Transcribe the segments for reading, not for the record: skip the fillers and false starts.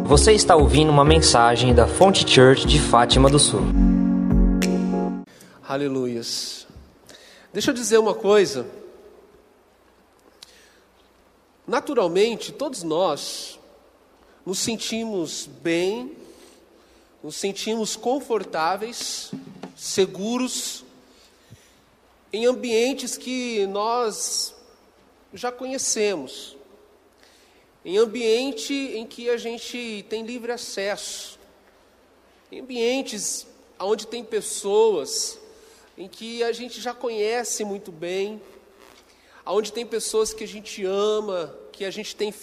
Você está ouvindo uma mensagem da Fonte Church de Fátima do Sul. Aleluias. Deixa eu dizer uma coisa. Naturalmente, todos nós nos sentimos bem, nos sentimos confortáveis, seguros, em ambientes que nós já conhecemos, em ambiente em que a gente tem livre acesso, em ambientes onde tem pessoas em que a gente já conhece muito bem, onde tem pessoas que a gente ama, que a gente tem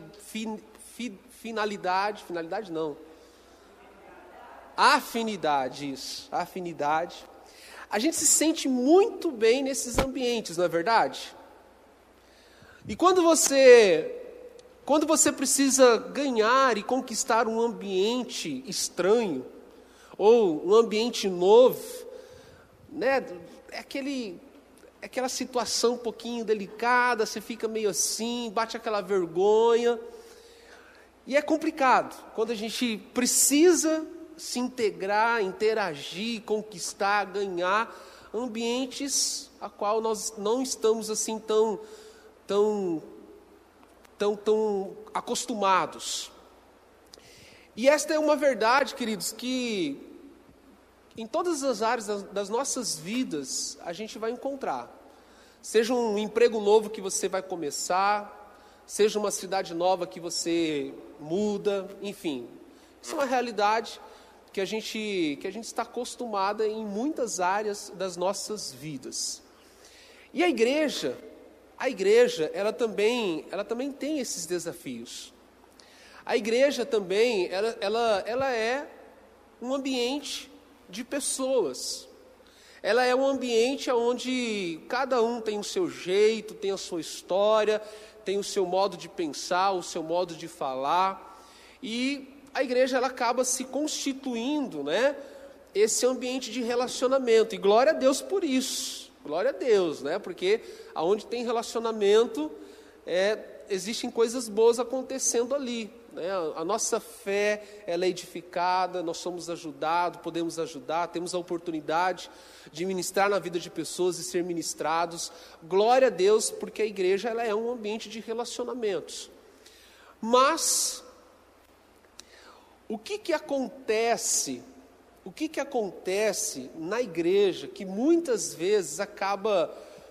afinidade. A gente se sente muito bem nesses ambientes, não é verdade? E quando você precisa ganhar e conquistar um ambiente estranho, ou um ambiente novo, né? Aquela situação um pouquinho delicada, você fica meio assim, bate aquela vergonha. E é complicado, quando a gente precisa se integrar, interagir, conquistar, ganhar ambientes a qual nós não estamos assim tão acostumados. E esta é uma verdade, queridos, que em todas as áreas das nossas vidas a gente vai encontrar. Seja um emprego novo que você vai começar, seja uma cidade nova que você muda, enfim. Isso é uma realidade que a gente está acostumada em muitas áreas das nossas vidas. E a igreja, ela também tem esses desafios. A igreja também, ela é um ambiente de pessoas. Ela é um ambiente onde cada um tem o seu jeito, tem a sua história, tem o seu modo de pensar, o seu modo de falar. E a igreja, ela acaba se constituindo, né, esse ambiente de relacionamento. E glória a Deus por isso. Glória a Deus, né? Porque aonde tem relacionamento, existem coisas boas acontecendo ali, né? A nossa fé, ela é edificada, nós somos ajudados, podemos ajudar, temos a oportunidade de ministrar na vida de pessoas e ser ministrados. Glória a Deus, porque a igreja, ela é um ambiente de relacionamentos. Mas o que acontece na igreja que muitas vezes acaba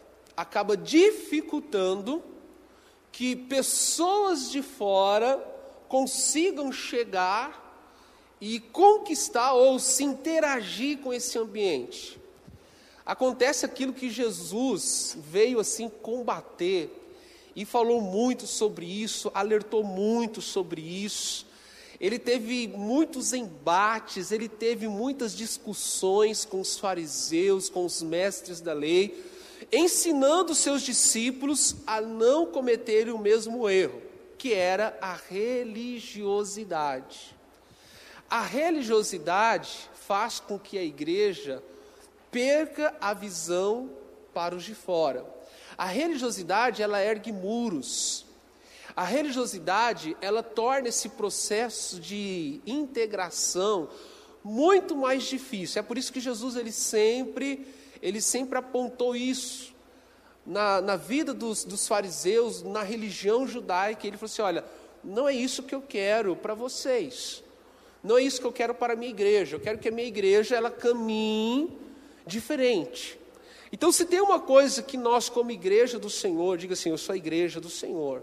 dificultando que pessoas de fora consigam chegar e conquistar ou se interagir com esse ambiente? Acontece aquilo que Jesus veio assim combater e falou muito sobre isso, alertou muito sobre isso. Ele teve muitos embates, ele teve muitas discussões com os fariseus, com os mestres da lei, ensinando seus discípulos a não cometerem o mesmo erro, que era a religiosidade. A religiosidade faz com que a igreja perca a visão para os de fora. A religiosidade, ela ergue muros. A religiosidade, ela torna esse processo de integração muito mais difícil. É por isso que Jesus, ele sempre apontou isso na vida dos fariseus, na religião judaica. Ele falou assim: olha, não é isso que eu quero para vocês, não é isso que eu quero para a minha igreja. Eu quero que a minha igreja, ela caminhe diferente. Então, se tem uma coisa que nós, como igreja do Senhor, diga assim: eu sou a igreja do Senhor,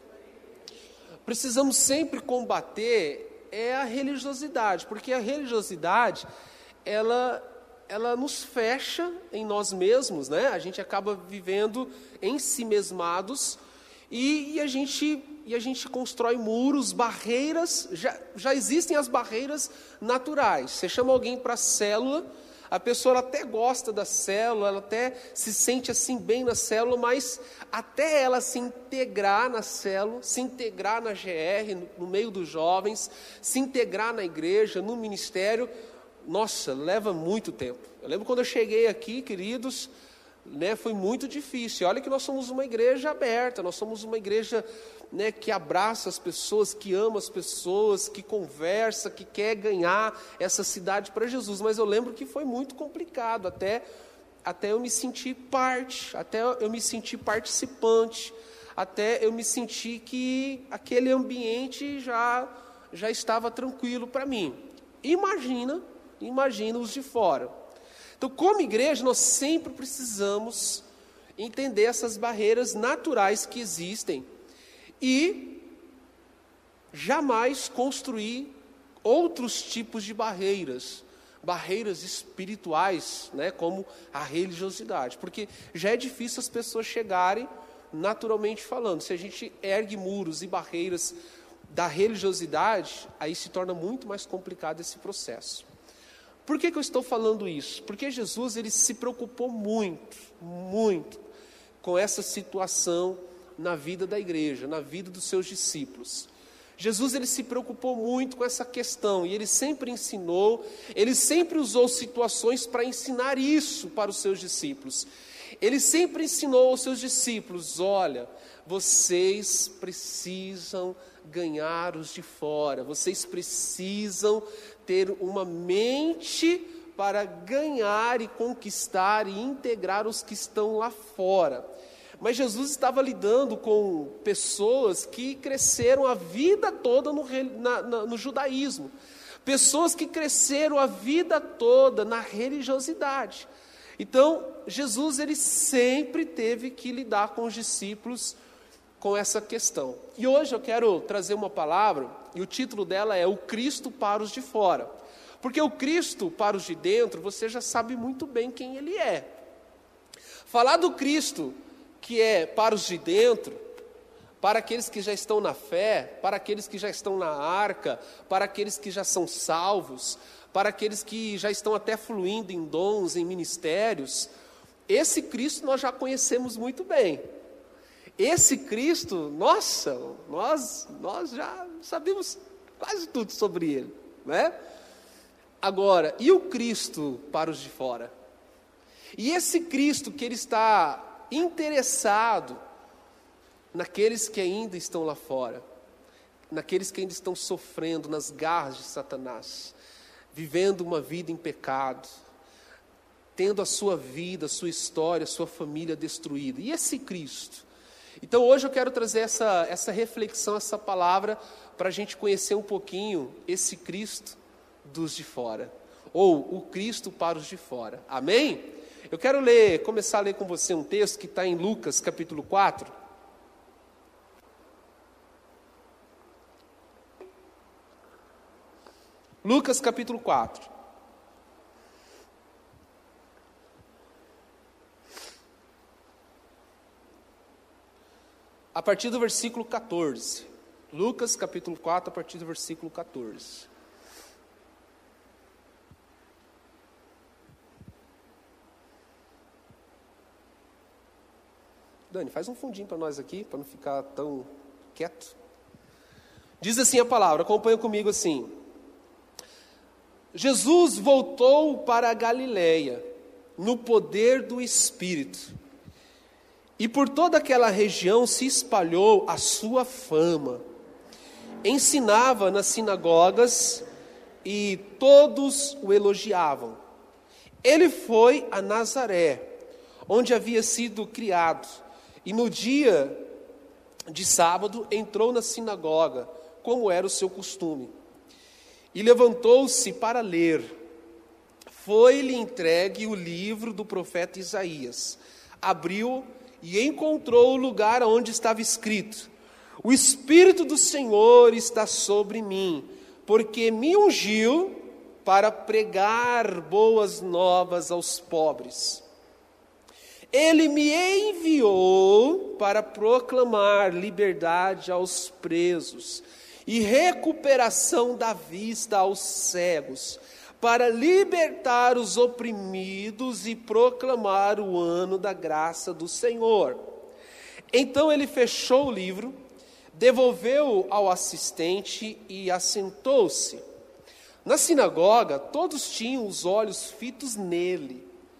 precisamos sempre combater é a religiosidade, porque a religiosidade, ela nos fecha em nós mesmos, né? A gente acaba vivendo em si mesmados e a gente constrói muros, barreiras. Já existem as barreiras naturais. Você chama alguém para a célula, a pessoa, ela até gosta da célula, ela até se sente assim bem na célula, mas até ela se integrar na célula, se integrar na GR, no meio dos jovens, se integrar na igreja, no ministério, nossa, leva muito tempo. Eu lembro quando eu cheguei aqui, queridos, né, foi muito difícil. Olha que nós somos uma igreja aberta, nós somos uma igreja, né, que abraça as pessoas, que ama as pessoas, que conversa, que quer ganhar essa cidade para Jesus. Mas eu lembro que foi muito complicado, até eu me sentir parte, até eu me sentir participante, até eu me sentir que aquele ambiente já estava tranquilo para mim. Imagina os de fora. Então, como igreja, nós sempre precisamos entender essas barreiras naturais que existem e jamais construir outros tipos de barreiras espirituais, né, como a religiosidade, porque já é difícil as pessoas chegarem naturalmente falando. Se a gente ergue muros e barreiras da religiosidade, aí se torna muito mais complicado esse processo. Por que eu estou falando isso? Porque Jesus, ele se preocupou muito com essa situação na vida da igreja, na vida dos seus discípulos. Jesus, ele se preocupou muito com essa questão, e ele sempre ensinou, ele sempre usou situações para ensinar isso para os seus discípulos. Ele sempre ensinou aos seus discípulos: olha, vocês precisam ganhar os de fora, vocês precisam ter uma mente para ganhar e conquistar e integrar os que estão lá fora. Mas Jesus estava lidando com pessoas que cresceram a vida toda no judaísmo, pessoas que cresceram a vida toda na religiosidade. Então, Jesus, ele sempre teve que lidar com os discípulos com essa questão. E hoje eu quero trazer uma palavra, e o título dela é O Cristo para os de fora. Porque o Cristo para os de dentro, você já sabe muito bem quem ele é. Falar do Cristo que é para os de dentro, para aqueles que já estão na fé, para aqueles que já estão na arca, para aqueles que já são salvos, para aqueles que já estão até fluindo em dons, em ministérios, esse Cristo nós já conhecemos muito bem. Esse Cristo, nossa, nós já sabemos quase tudo sobre ele, né? Agora, e o Cristo para os de fora? E esse Cristo que ele está interessado naqueles que ainda estão lá fora, naqueles que ainda estão sofrendo nas garras de Satanás, vivendo uma vida em pecado, tendo a sua vida, a sua história, a sua família destruída. E esse Cristo? Então hoje eu quero trazer essa reflexão, essa palavra, para a gente conhecer um pouquinho esse Cristo dos de fora, ou o Cristo para os de fora. Amém? Eu quero começar a ler com você um texto que está em Lucas capítulo 4. Lucas capítulo 4. A partir do versículo 14. Lucas capítulo 4, a partir do versículo 14. Dani, faz um fundinho para nós aqui, para não ficar tão quieto. Diz assim a palavra, acompanha comigo assim. Jesus voltou para a Galileia, no poder do Espírito, e por toda aquela região se espalhou a sua fama. Ensinava nas sinagogas e todos o elogiavam. Ele foi a Nazaré, onde havia sido criado, e no dia de sábado entrou na sinagoga, como era o seu costume. E levantou-se para ler. Foi-lhe entregue o livro do profeta Isaías. Abriu e encontrou o lugar onde estava escrito: o Espírito do Senhor está sobre mim, porque me ungiu para pregar boas novas aos pobres. Ele me enviou para proclamar liberdade aos presos e recuperação da vista aos cegos, para libertar os oprimidos e proclamar o ano da graça do Senhor. Então ele fechou o livro, devolveu-o ao assistente e assentou-se. Na sinagoga, todos tinham os olhos fitos nele.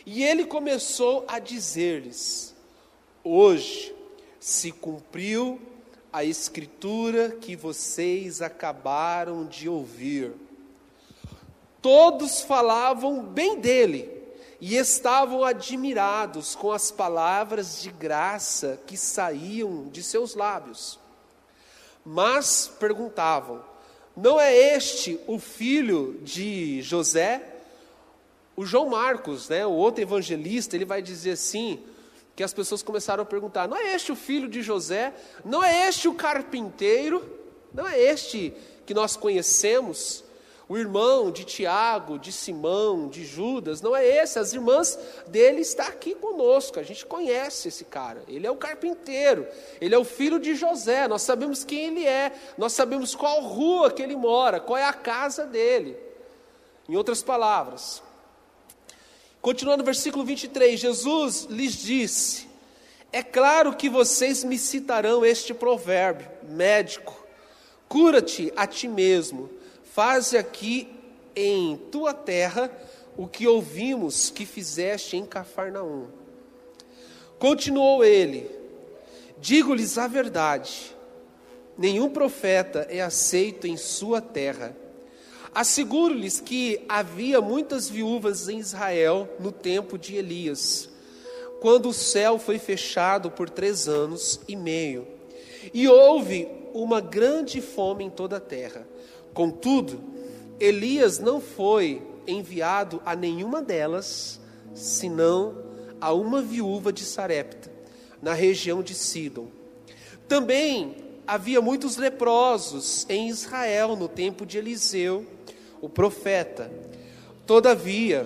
E ele começou a dizer-lhes: hoje se cumpriu a escritura que vocês acabaram de ouvir. Todos falavam bem dele e estavam admirados com as palavras de graça que saíam de seus lábios. Mas perguntavam: não é este o filho de José? O João Marcos, o outro evangelista, ele vai dizer assim, que as pessoas começaram a perguntar: não é este o filho de José? Não é este o carpinteiro? Não é este que nós conhecemos? O irmão de Tiago, de Simão, de Judas? Não é esse? As irmãs dele estão aqui conosco, a gente conhece esse cara. Ele é o carpinteiro, ele é o filho de José, nós sabemos quem ele é, nós sabemos qual rua que ele mora, qual é a casa dele. Em outras palavras, continuando no versículo 23, Jesus lhes disse: é claro que vocês me citarão este provérbio: médico, cura-te a ti mesmo, faze aqui em tua terra o que ouvimos que fizeste em Cafarnaum. Continuou ele: digo-lhes a verdade, nenhum profeta é aceito em sua terra. Asseguro-lhes que havia muitas viúvas em Israel no tempo de Elias, quando o céu foi fechado por 3 anos e meio, e houve uma grande fome em toda a terra. Contudo, Elias não foi enviado a nenhuma delas, senão a uma viúva de Sarepta, na região de Sidom. Também havia muitos leprosos em Israel no tempo de Eliseu, o profeta. Todavia,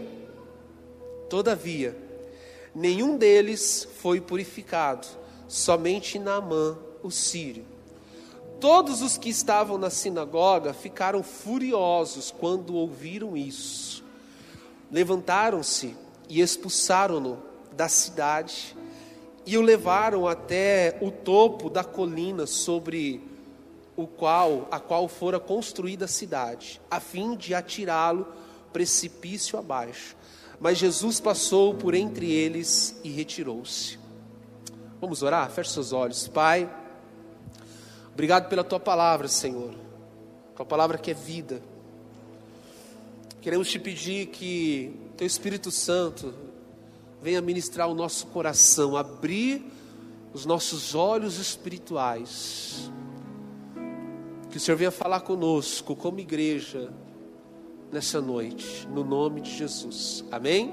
nenhum deles foi purificado, somente Naamã, o sírio. Todos os que estavam na sinagoga ficaram furiosos quando ouviram isso. Levantaram-se e expulsaram-no da cidade e o levaram até o topo da colina sobre a qual fora construída a cidade, a fim de atirá-lo precipício abaixo. Mas Jesus passou por entre eles e retirou-se. Vamos orar? Feche seus olhos. Pai, obrigado pela tua palavra, Senhor, tua palavra que é vida. Queremos te pedir que teu Espírito Santo venha ministrar o nosso coração, abrir os nossos olhos espirituais, que o Senhor venha falar conosco como igreja nessa noite, no nome de Jesus, amém?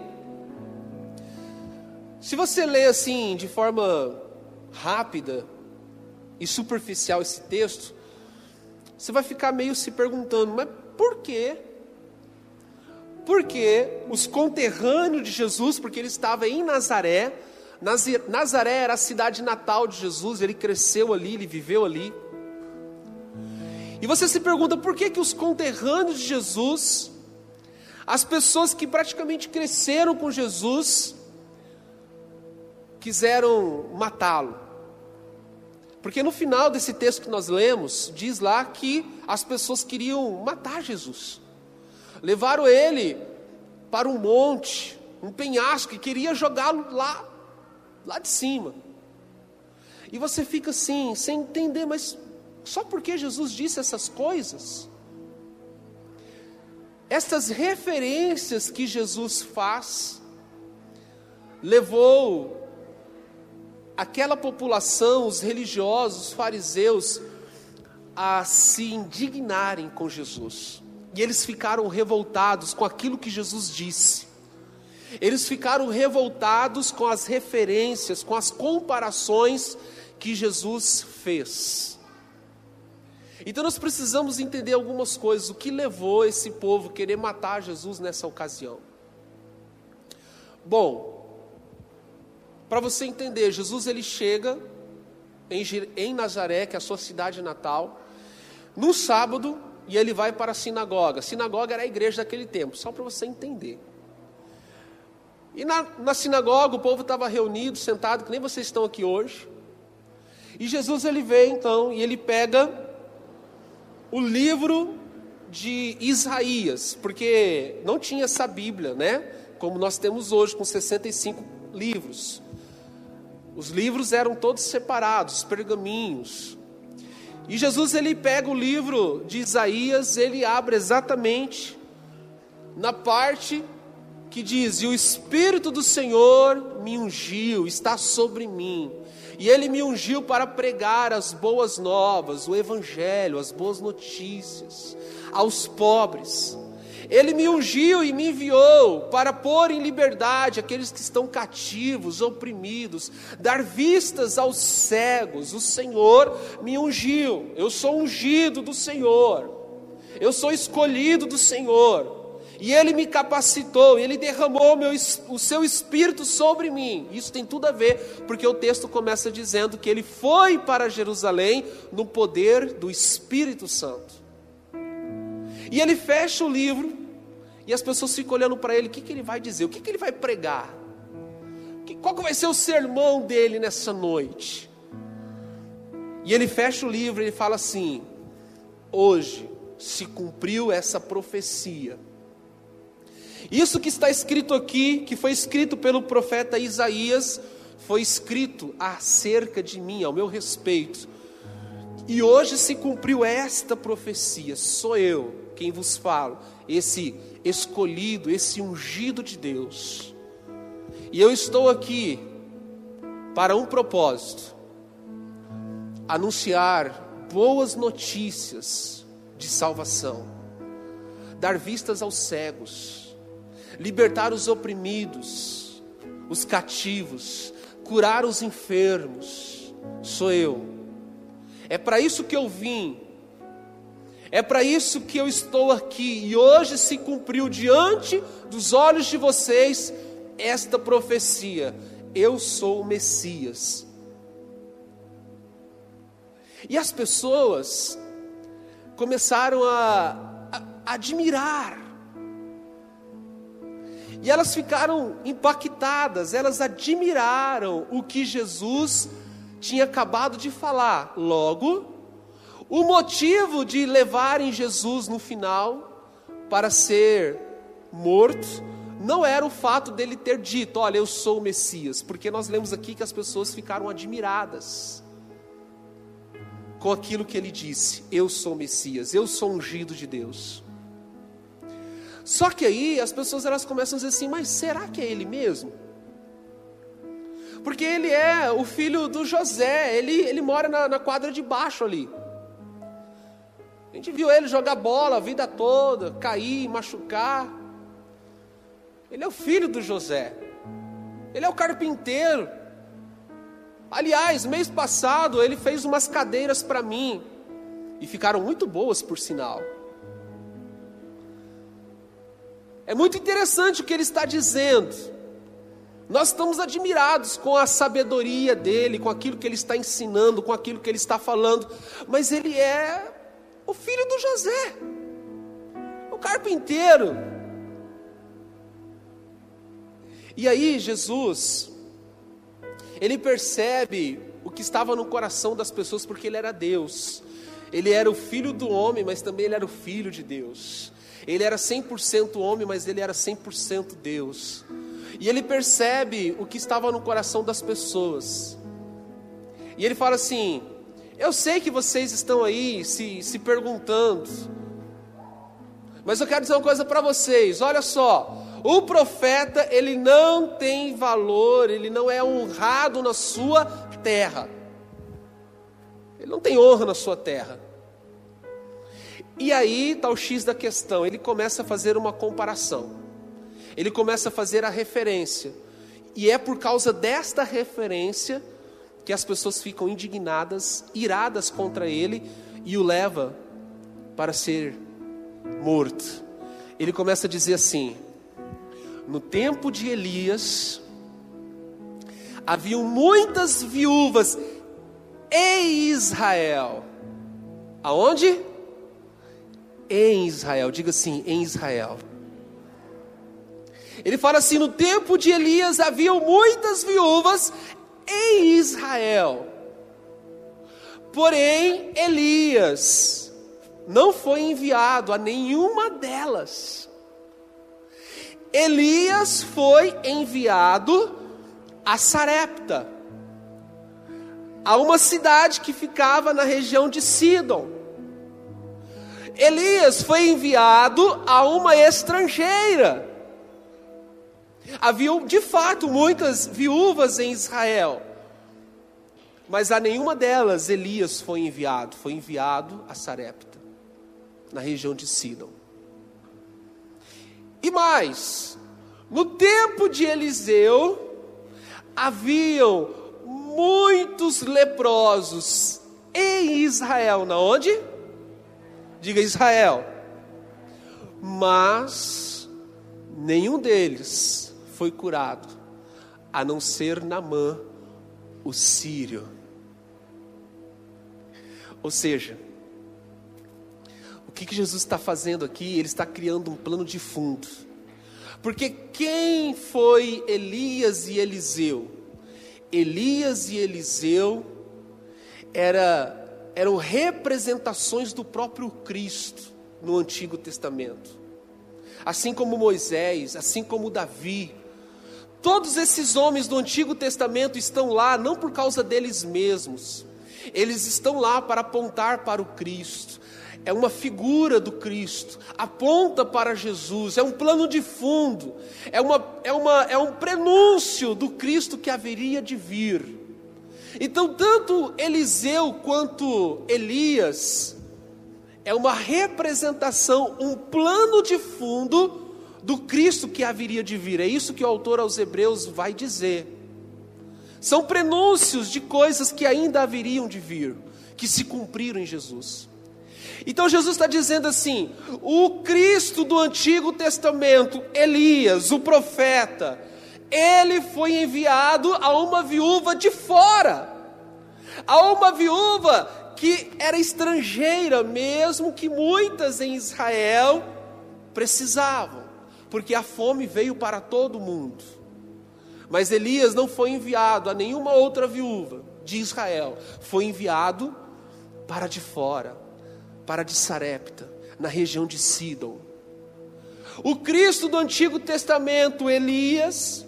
Se você lê assim de forma rápida e superficial esse texto, você vai ficar meio se perguntando: mas por quê? Porque os conterrâneos de Jesus, porque ele estava em Nazaré, Nazaré era a cidade natal de Jesus, ele cresceu ali, ele viveu ali. E você se pergunta: por que os conterrâneos de Jesus, as pessoas que praticamente cresceram com Jesus, quiseram matá-lo? Porque no final desse texto que nós lemos, diz lá que as pessoas queriam matar Jesus. Levaram ele para um monte, um penhasco, e queria jogá-lo lá de cima. E você fica assim, sem entender, mas só porque Jesus disse essas coisas? Essas referências que Jesus faz, levou aquela população, os religiosos, os fariseus, a se indignarem com Jesus. E eles ficaram revoltados com aquilo que Jesus disse. Eles ficaram revoltados com as referências, com as comparações que Jesus fez. Então nós precisamos entender algumas coisas. O que levou esse povo a querer matar Jesus nessa ocasião? Bom, para você entender, Jesus ele chega em Nazaré, que é a sua cidade natal, no sábado, e ele vai para a sinagoga. A sinagoga era a igreja daquele tempo, só para você entender. E na sinagoga o povo estava reunido, sentado, que nem vocês estão aqui hoje. E Jesus ele vem então, e ele pega o livro de Isaías, porque não tinha essa Bíblia, né? como nós temos hoje, com 65 livros. Os livros eram todos separados, pergaminhos. E Jesus, ele pega o livro de Isaías, ele abre exatamente na parte que diz: e o Espírito do Senhor me ungiu, está sobre mim. E ele me ungiu para pregar as boas novas, o Evangelho, as boas notícias aos pobres. Ele me ungiu e me enviou para pôr em liberdade aqueles que estão cativos, oprimidos, dar vistas aos cegos. O Senhor me ungiu, eu sou ungido do Senhor, eu sou escolhido do Senhor. E Ele me capacitou, Ele derramou o seu Espírito sobre mim. Isso tem tudo a ver, porque o texto começa dizendo que Ele foi para Jerusalém no poder do Espírito Santo. E Ele fecha o livro, e as pessoas ficam olhando para Ele, o que Ele vai dizer, o que Ele vai pregar, qual que vai ser o sermão dele nessa noite. E Ele fecha o livro e Ele fala assim: hoje se cumpriu essa profecia. Isso que está escrito aqui, que foi escrito pelo profeta Isaías, foi escrito acerca de mim, ao meu respeito. E hoje se cumpriu esta profecia. Sou eu quem vos falo, esse escolhido, esse ungido de Deus. E eu estou aqui para um propósito: anunciar boas notícias de salvação, dar vistas aos cegos, libertar os oprimidos, os cativos, curar os enfermos. Sou eu. É para isso que eu vim. É para isso que eu estou aqui. E hoje se cumpriu diante dos olhos de vocês esta profecia: eu sou o Messias. E as pessoas começaram a admirar. E elas ficaram impactadas, elas admiraram o que Jesus tinha acabado de falar. Logo, o motivo de levarem Jesus no final para ser morto não era o fato dele ter dito: olha, eu sou o Messias, porque nós lemos aqui que as pessoas ficaram admiradas com aquilo que ele disse: eu sou o Messias, eu sou ungido de Deus. Só que aí as pessoas elas começam a dizer assim: mas será que é ele mesmo? Porque ele é o filho do José, ele mora na quadra de baixo ali. A gente viu ele jogar bola a vida toda, cair, machucar. Ele é o filho do José, ele é o carpinteiro. Aliás, mês passado ele fez umas cadeiras para mim, e ficaram muito boas, por sinal. É muito interessante o que ele está dizendo. Nós estamos admirados com a sabedoria dele, com aquilo que ele está ensinando, com aquilo que ele está falando. Mas ele é o filho do José, o carpinteiro. E aí Jesus, ele percebe o que estava no coração das pessoas, porque ele era Deus. Ele era o filho do homem, mas também ele era o filho de Deus. Ele era 100% homem, mas ele era 100% Deus. E ele percebe o que estava no coração das pessoas. E ele fala assim: eu sei que vocês estão aí se perguntando, mas eu quero dizer uma coisa para vocês. Olha só, o profeta, ele não tem valor, ele não é honrado na sua terra. Ele não tem honra na sua terra. E aí está o X da questão. Ele começa a fazer uma comparação. Ele começa a fazer a referência. E é por causa desta referência que as pessoas ficam indignadas, iradas contra ele, e o leva para ser morto. Ele começa a dizer assim: no tempo de Elias, haviam muitas viúvas em Israel. Aonde? Em Israel. Diga assim: em Israel. Ele fala assim: no tempo de Elias haviam muitas viúvas em Israel. Porém, Elias não foi enviado a nenhuma delas. Elias foi enviado a Sarepta, a uma cidade que ficava na região de Sidom. Elias foi enviado a uma estrangeira. Havia de fato muitas viúvas em Israel, mas a nenhuma delas Elias foi enviado a Sarepta, na região de Sidom. E mais, no tempo de Eliseu, haviam muitos leprosos em Israel. Na onde? Diga Israel. Mas nenhum deles foi curado, a não ser Naamã, o sírio. Ou seja, o que Jesus está fazendo aqui? Ele está criando um plano de fundo. Porque quem foi Elias e Eliseu? Elias e Eliseu eram representações do próprio Cristo no Antigo Testamento. Assim como Moisés, assim como Davi. Todos esses homens do Antigo Testamento estão lá não por causa deles mesmos. Eles estão lá para apontar para o Cristo. É uma figura do Cristo, aponta para Jesus, é um plano de fundo, é um prenúncio do Cristo que haveria de vir. Então, tanto Eliseu quanto Elias é uma representação, um plano de fundo do Cristo que haveria de vir. É isso que o autor aos Hebreus vai dizer. São prenúncios de coisas que ainda haveriam de vir, que se cumpriram em Jesus. Então Jesus está dizendo assim: o Cristo do Antigo Testamento, Elias, o profeta, ele foi enviado a uma viúva de fora, a uma viúva que era estrangeira, mesmo que muitas em Israel precisavam, porque a fome veio para todo mundo. Mas Elias não foi enviado a nenhuma outra viúva de Israel, foi enviado para de fora, para de Sarepta, na região de Sidom. O Cristo do Antigo Testamento, Elias,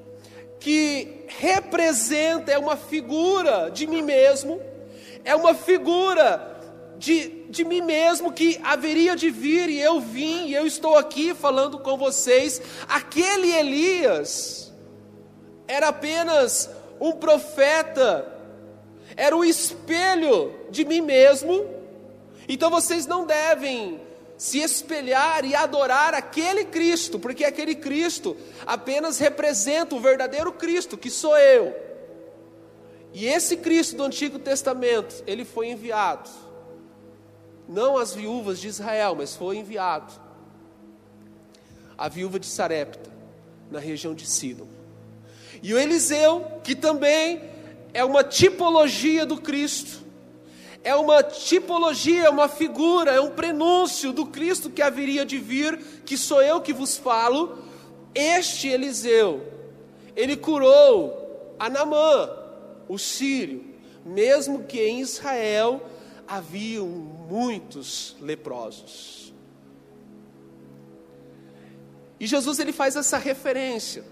que representa, é uma figura de mim mesmo, é uma figura de mim mesmo que haveria de vir, e eu vim, e eu estou aqui falando com vocês. Aquele Elias era apenas um profeta, era o espelho de mim mesmo. Então vocês não devem se espelhar e adorar aquele Cristo, porque aquele Cristo apenas representa o verdadeiro Cristo, que sou eu. E esse Cristo do Antigo Testamento, ele foi enviado, não às viúvas de Israel, mas foi enviado à viúva de Sarepta, na região de Sidom. E o Eliseu, que também é uma tipologia do Cristo, é uma tipologia, é uma figura, é um prenúncio do Cristo que haveria de vir, que sou eu que vos falo. Este Eliseu, ele curou a Naamã, o sírio, mesmo que em Israel haviam muitos leprosos. E Jesus, ele faz essa referência.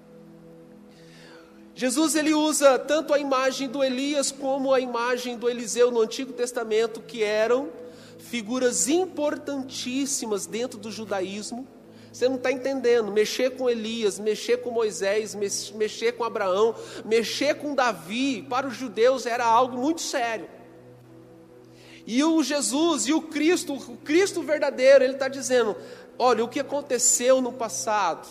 Jesus, ele usa tanto a imagem do Elias como a imagem do Eliseu no Antigo Testamento, que eram figuras importantíssimas dentro do judaísmo. Você não está entendendo, mexer com Elias, mexer com Moisés, mexer com Abraão, mexer com Davi, para os judeus era algo muito sério. E o Jesus e o Cristo verdadeiro, ele está dizendo: olha, o que aconteceu no passado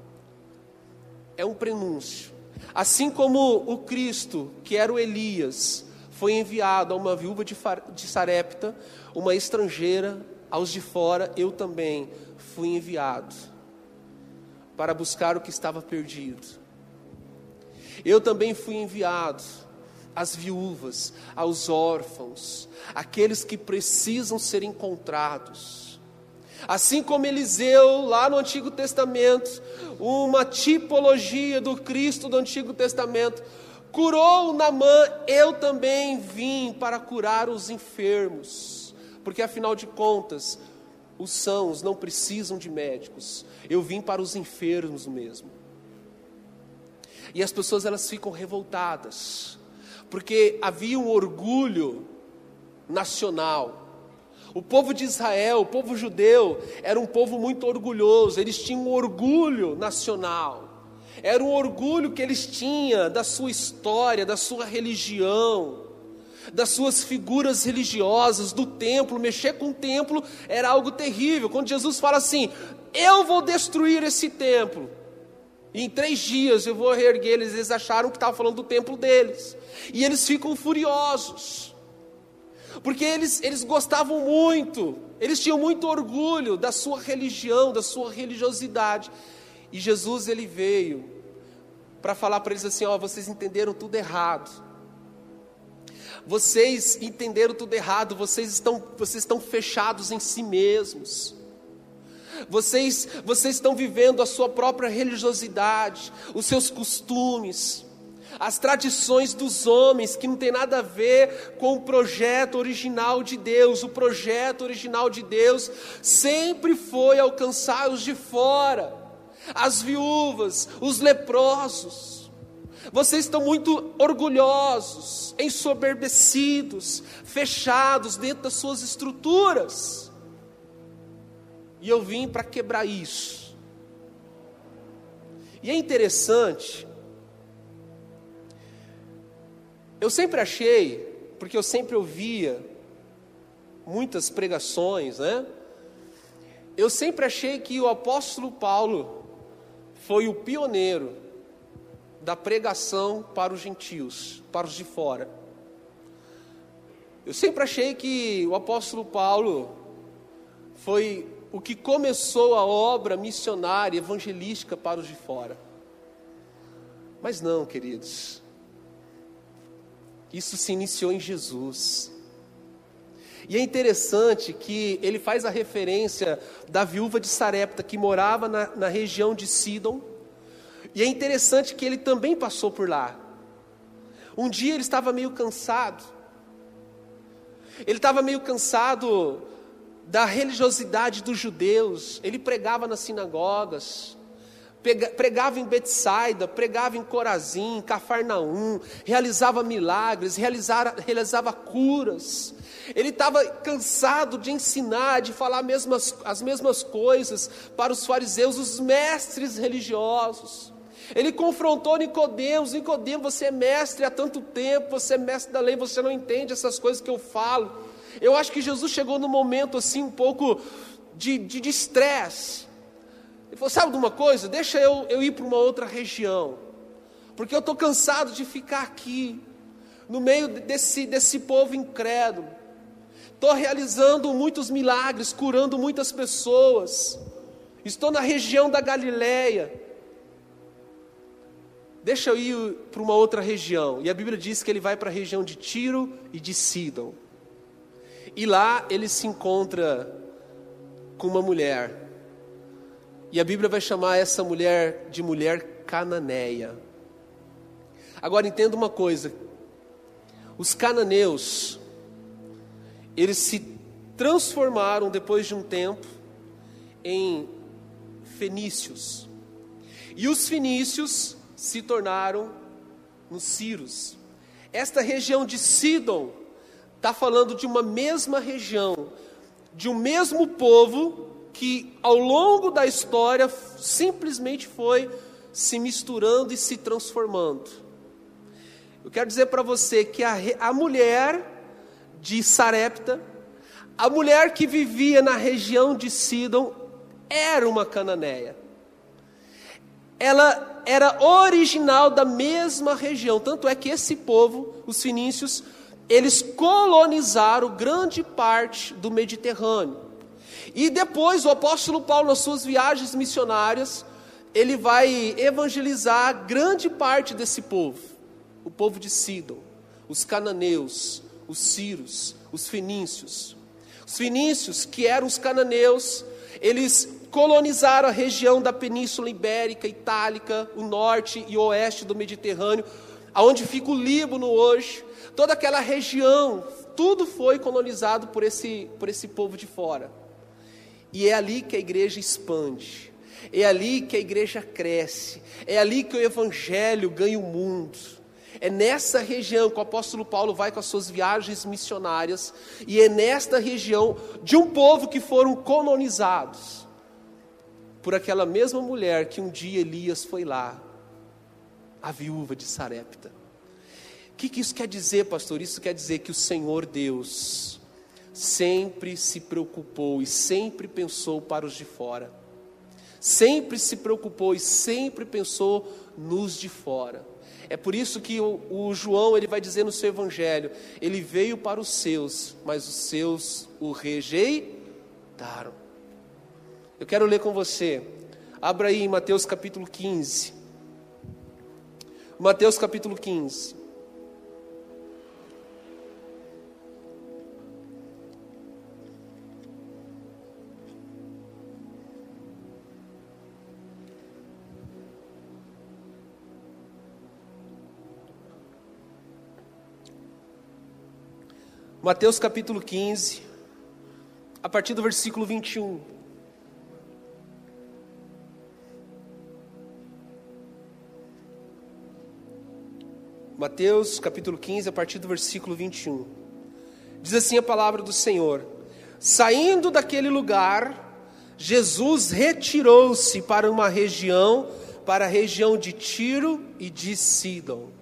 é um prenúncio. Assim como o Cristo, que era o Elias, foi enviado a uma viúva de Sarepta, uma estrangeira, aos de fora, eu também fui enviado para buscar o que estava perdido. Eu também fui enviado às viúvas, aos órfãos, aqueles que precisam ser encontrados. Assim como Eliseu, lá no Antigo Testamento, uma tipologia do Cristo do Antigo Testamento, curou Naamã, eu também vim para curar os enfermos, porque afinal de contas, os sãos não precisam de médicos, eu vim para os enfermos mesmo. E as pessoas, elas ficam revoltadas, porque havia um orgulho nacional. O povo de Israel, o povo judeu, era um povo muito orgulhoso, eles tinham um orgulho nacional. Era um orgulho que eles tinham da sua história, da sua religião, das suas figuras religiosas, do templo. Mexer com o templo era algo terrível. Quando Jesus fala assim, eu vou destruir esse templo, e em 3 dias eu vou reerguer eles, eles acharam que estava falando do templo deles, e eles ficam furiosos, porque eles gostavam muito, eles tinham muito orgulho da sua religião, da sua religiosidade. E Jesus, ele veio para falar para eles assim, ó, vocês entenderam tudo errado. Vocês entenderam tudo errado, vocês estão fechados em si mesmos. Vocês estão vivendo a sua própria religiosidade, os seus costumes, as tradições dos homens, que não tem nada a ver com o projeto original de Deus. O projeto original de Deus sempre foi alcançar os de fora, as viúvas, os leprosos. Vocês estão muito orgulhosos, ensoberbecidos, fechados dentro das suas estruturas. E eu vim para quebrar isso. E é interessante, eu sempre achei, porque eu sempre ouvia muitas pregações, né? Eu sempre achei que o apóstolo Paulo foi o pioneiro da pregação para os gentios, para os de fora. Eu sempre achei que o apóstolo Paulo foi o que começou a obra missionária, evangelística para os de fora. Mas não, queridos. Isso se iniciou em Jesus. E é interessante que ele faz a referência da viúva de Sarepta, que morava na região de Sidom. E é interessante que ele também passou por lá. Um dia ele estava meio cansado. Ele estava meio cansado da religiosidade dos judeus. Ele pregava nas sinagogas, pregava em Betsaida, pregava em Corazim, em Cafarnaum, realizava milagres, realizava curas. Ele estava cansado de ensinar, de falar as mesmas coisas para os fariseus, os mestres religiosos. Ele confrontou Nicodemos, você é mestre há tanto tempo, você é mestre da lei, você não entende essas coisas que eu falo. Eu acho que Jesus chegou num momento assim um pouco de estresse. Ele falou, sabe de uma coisa? Deixa eu ir para uma outra região, porque eu estou cansado de ficar aqui, no meio desse povo incrédulo. Estou realizando muitos milagres, curando muitas pessoas. Estou na região da Galileia. Deixa eu ir para uma outra região. E a Bíblia diz que ele vai para a região de Tiro e de Sidom. E lá ele se encontra com uma mulher. E a Bíblia vai chamar essa mulher de mulher cananeia. Agora entenda uma coisa. Os cananeus, eles se transformaram depois de um tempo em fenícios. E os fenícios se tornaram nos sírios. Esta região de Sidom está falando de uma mesma região, de um mesmo povo que ao longo da história simplesmente foi se misturando e se transformando. Eu quero dizer para você que a mulher de Sarepta, a mulher que vivia na região de Sidom, era uma cananeia. Ela era original da mesma região, tanto é que esse povo, os fenícios, eles colonizaram grande parte do Mediterrâneo. E depois o apóstolo Paulo, nas suas viagens missionárias, ele vai evangelizar grande parte desse povo, o povo de Sidom, os cananeus, os sírios, os fenícios. Os fenícios, que eram os cananeus, eles colonizaram a região da Península Ibérica, Itálica, o norte e o oeste do Mediterrâneo, aonde fica o Líbano hoje. Toda aquela região, tudo foi colonizado por esse povo de fora. E é ali que a igreja expande, é ali que a igreja cresce, é ali que o evangelho ganha o mundo. É nessa região que o apóstolo Paulo vai com as suas viagens missionárias, e é nesta região de um povo que foram colonizados por aquela mesma mulher que um dia Elias foi lá, a viúva de Sarepta. O que isso quer dizer, pastor? Isso quer dizer que o Senhor Deus sempre se preocupou e sempre pensou para os de fora. Sempre se preocupou e sempre pensou nos de fora. É por isso que o João, ele vai dizer no seu evangelho, ele veio para os seus, mas os seus o rejeitaram. Eu quero ler com você, abra aí em Mateus capítulo 15, Mateus capítulo 15. Mateus capítulo 15, a partir do versículo 21. Mateus capítulo 15, a partir do versículo 21. Diz assim a palavra do Senhor: saindo daquele lugar, Jesus retirou-se para a região de Tiro e de Sidom.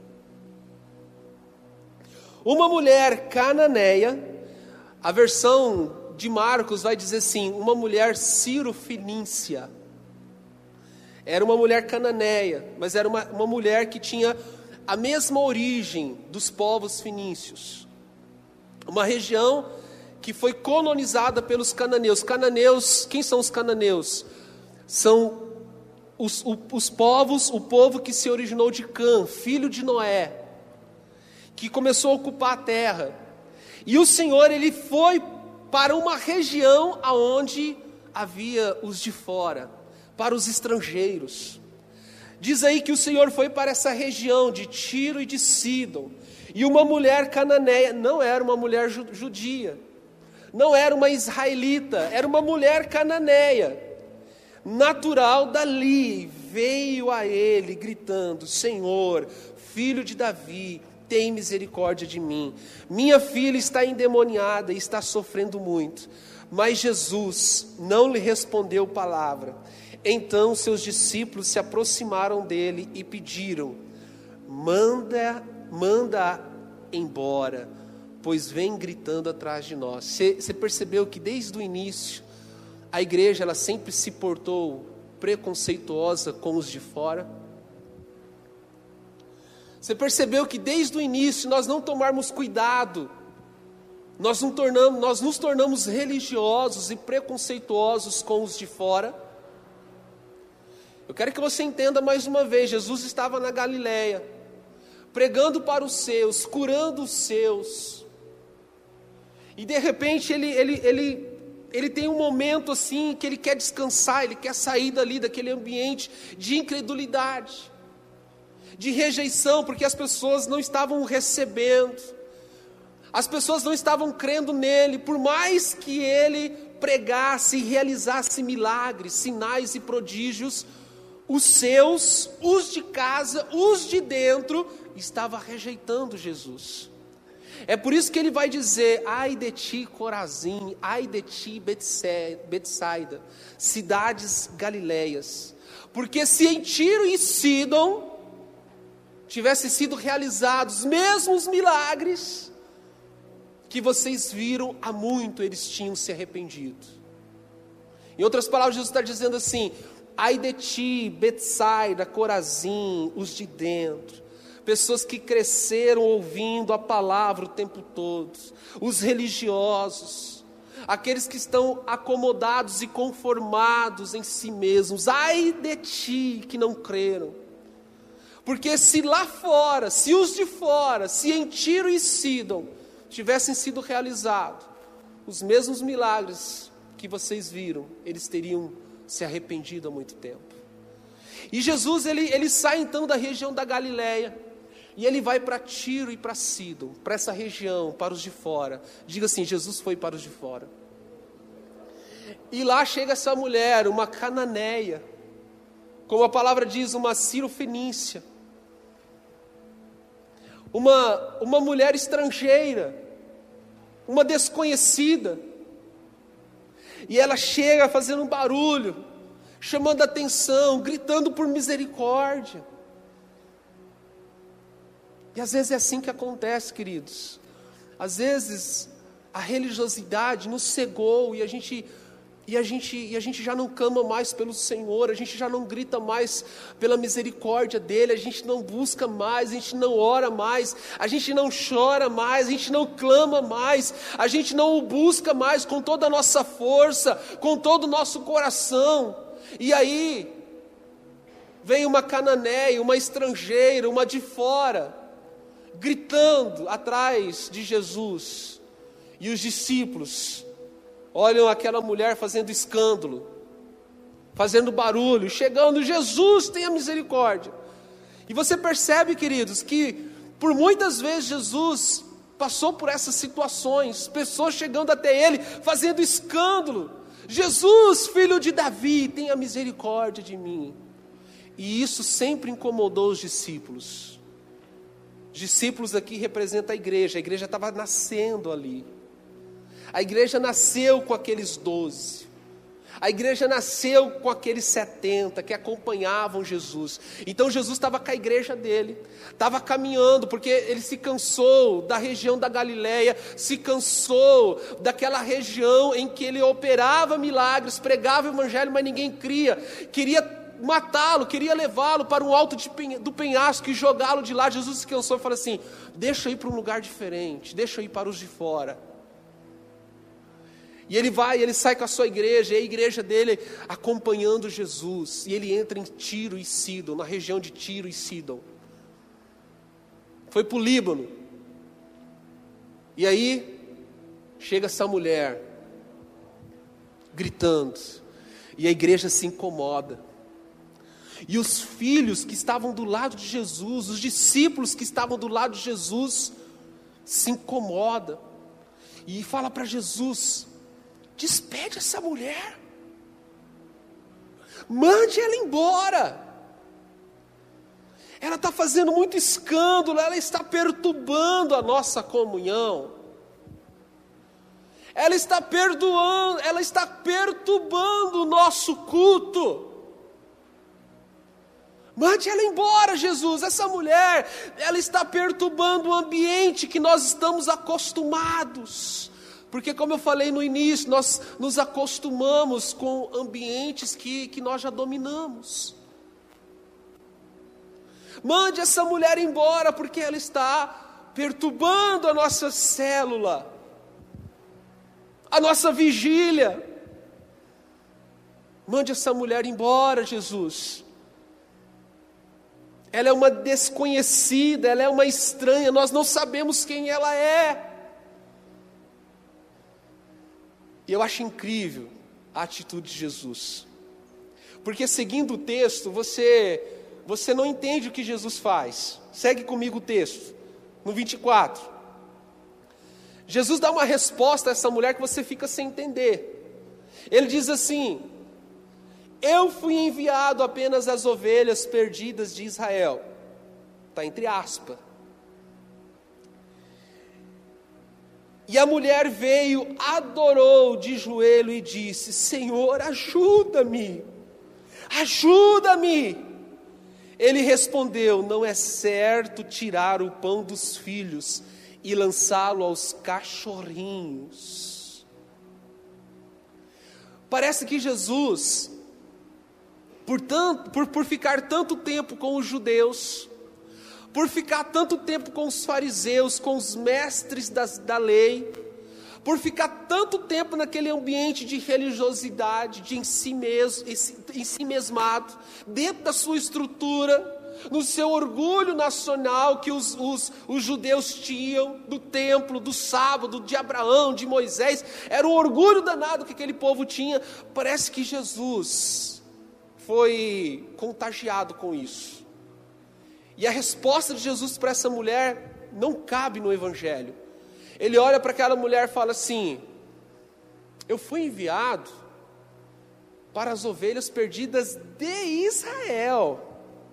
Uma mulher cananeia, a versão de Marcos vai dizer assim, uma mulher cirofenícia. Era uma mulher cananeia, mas era uma mulher que tinha a mesma origem dos povos fenícios. Uma região que foi colonizada pelos cananeus. Cananeus, quem são os cananeus? São os povos, o povo que se originou de Cã, filho de Noé, que começou a ocupar a terra. E o Senhor, ele foi para uma região aonde havia os de fora, para os estrangeiros. Diz aí que o Senhor foi para essa região de Tiro e de Sidom. E uma mulher cananeia, não era uma mulher judia, não era uma israelita, era uma mulher cananeia, natural dali, veio a ele gritando: Senhor, filho de Davi, tem misericórdia de mim. Minha filha está endemoniada e está sofrendo muito. Mas Jesus não lhe respondeu palavra. Então seus discípulos se aproximaram dele e pediram: manda embora, pois vem gritando atrás de nós. Você percebeu que desde o início a igreja ela sempre se portou preconceituosa com os de fora? Você percebeu que desde o início nós não tomarmos cuidado, nós nos tornamos religiosos e preconceituosos com os de fora? Eu quero que você entenda mais uma vez, Jesus estava na Galileia, pregando para os seus, curando os seus, e de repente ele tem um momento assim, que ele quer descansar, ele quer sair daquele ambiente de incredulidade, de rejeição, porque as pessoas não estavam o recebendo, as pessoas não estavam crendo nele, por mais que ele pregasse e realizasse milagres, sinais e prodígios, os seus, os de casa, os de dentro, estavam rejeitando Jesus. É por isso que ele vai dizer: ai de ti Corazim, ai de ti Betsaida, cidades galileias, porque se em Tiro e Sidom tivessem sido realizados os mesmos milagres que vocês viram, há muito eles tinham se arrependido. Em outras palavras, Jesus está dizendo assim: ai de ti, Betsaida, Corazim, os de dentro, pessoas que cresceram ouvindo a palavra o tempo todo, os religiosos, aqueles que estão acomodados e conformados em si mesmos. Ai de ti que não creram. Porque se lá fora, se os de fora, se em Tiro e Sidom tivessem sido realizados os mesmos milagres que vocês viram, eles teriam se arrependido há muito tempo. E Jesus, ele sai então da região da Galileia, e ele vai para Tiro e para Sidom, para essa região, para os de fora. Diga assim: Jesus foi para os de fora. E lá chega essa mulher, uma cananeia, como a palavra diz, uma cirofenícia, uma mulher estrangeira, uma desconhecida, e ela chega fazendo um barulho, chamando a atenção, gritando por misericórdia. E às vezes é assim que acontece, queridos. Às vezes a religiosidade nos cegou e a gente já não clama mais pelo Senhor, a gente já não grita mais pela misericórdia dEle, a gente não busca mais, a gente não ora mais, a gente não chora mais, a gente não clama mais, a gente não o busca mais com toda a nossa força, com todo o nosso coração. E aí vem uma cananeia, uma estrangeira, uma de fora, gritando atrás de Jesus, e os discípulos olham aquela mulher fazendo escândalo, fazendo barulho, chegando, Jesus, tenha misericórdia. E você percebe, queridos, que por muitas vezes Jesus passou por essas situações, pessoas chegando até Ele, fazendo escândalo, Jesus, filho de Davi, tenha misericórdia de mim. E isso sempre incomodou os discípulos. Discípulos aqui representa a igreja estava nascendo ali. A igreja nasceu com aqueles 12. A igreja nasceu com aqueles 70 que acompanhavam Jesus. Então Jesus estava com a igreja dele, estava caminhando, porque ele se cansou da região da Galileia, se cansou daquela região em que ele operava milagres, pregava o evangelho, mas ninguém queria matá-lo, queria levá-lo para um alto do penhasco e jogá-lo de lá. Jesus se cansou e falou assim: deixa eu ir para um lugar diferente, deixa eu ir para os de fora. E ele sai com a sua igreja, e a igreja dele acompanhando Jesus, e ele entra em Tiro e Sidom, na região de Tiro e Sidom. Foi para o Líbano, e aí chega essa mulher, gritando, e a igreja se incomoda, e os filhos que estavam do lado de Jesus, os discípulos que estavam do lado de Jesus, se incomodam, e fala para Jesus: despede essa mulher, mande ela embora, ela está fazendo muito escândalo, ela está perturbando a nossa comunhão, ela está perturbando o nosso culto, mande ela embora, Jesus. Essa mulher, ela está perturbando o ambiente que nós estamos acostumados. Porque, como eu falei no início, nós nos acostumamos com ambientes que nós já dominamos. Mande essa mulher embora, porque ela está perturbando a nossa célula, a nossa vigília. Mande essa mulher embora, Jesus. Ela é uma desconhecida, ela é uma estranha, nós não sabemos quem ela é. E eu acho incrível a atitude de Jesus, porque seguindo o texto, você não entende o que Jesus faz. Segue comigo o texto, no 24. Jesus dá uma resposta a essa mulher que você fica sem entender. Ele diz assim: eu fui enviado apenas às ovelhas perdidas de Israel. Está entre aspas. E a mulher veio, adorou de joelho e disse: Senhor, ajuda-me, ajuda-me. Ele respondeu: não é certo tirar o pão dos filhos e lançá-lo aos cachorrinhos. Parece que Jesus, por ficar tanto tempo com os judeus, por ficar tanto tempo com os fariseus, com os mestres da lei, por ficar tanto tempo naquele ambiente de religiosidade, de em si mesmado, dentro da sua estrutura, no seu orgulho nacional que os judeus tinham, do templo, do sábado, de Abraão, de Moisés, era um orgulho danado que aquele povo tinha. Parece que Jesus foi contagiado com isso. E a resposta de Jesus para essa mulher não cabe no Evangelho. Ele olha para aquela mulher e fala assim: eu fui enviado para as ovelhas perdidas de Israel.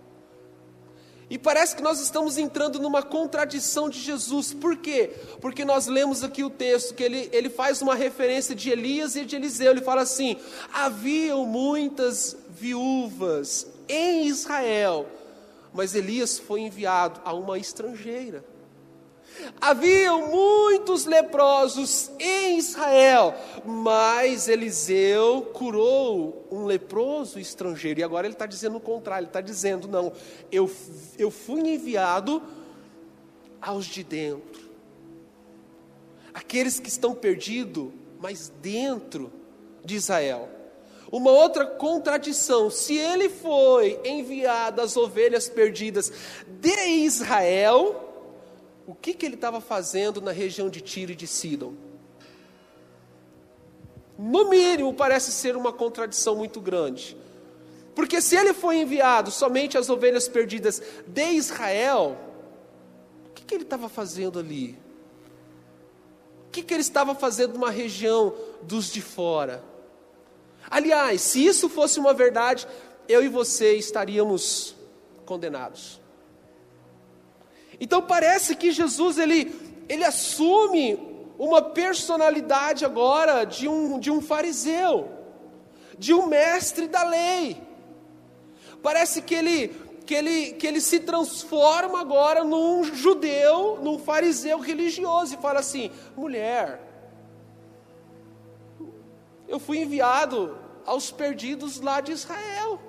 E parece que nós estamos entrando numa contradição de Jesus. Por quê? Porque nós lemos aqui o texto, que ele faz uma referência de Elias e de Eliseu. Ele fala assim: haviam muitas viúvas em Israel, mas Elias foi enviado a uma estrangeira. Haviam muitos leprosos em Israel, mas Eliseu curou um leproso estrangeiro. E agora ele está dizendo o contrário, ele está dizendo: não, eu fui enviado aos de dentro, aqueles que estão perdidos, mas dentro de Israel. Uma outra contradição: se ele foi enviado às ovelhas perdidas de Israel, o que ele estava fazendo na região de Tiro e de Sidom? No mínimo, parece ser uma contradição muito grande. Porque se ele foi enviado somente às ovelhas perdidas de Israel, o que ele estava fazendo ali? O que ele estava fazendo numa região dos de fora? Aliás, se isso fosse uma verdade, eu e você estaríamos condenados. Então parece que Jesus, ele assume uma personalidade agora de um fariseu, de um mestre da lei. Parece que ele se transforma agora num judeu, num fariseu religioso, e fala assim: mulher, eu fui enviado aos perdidos lá de Israel.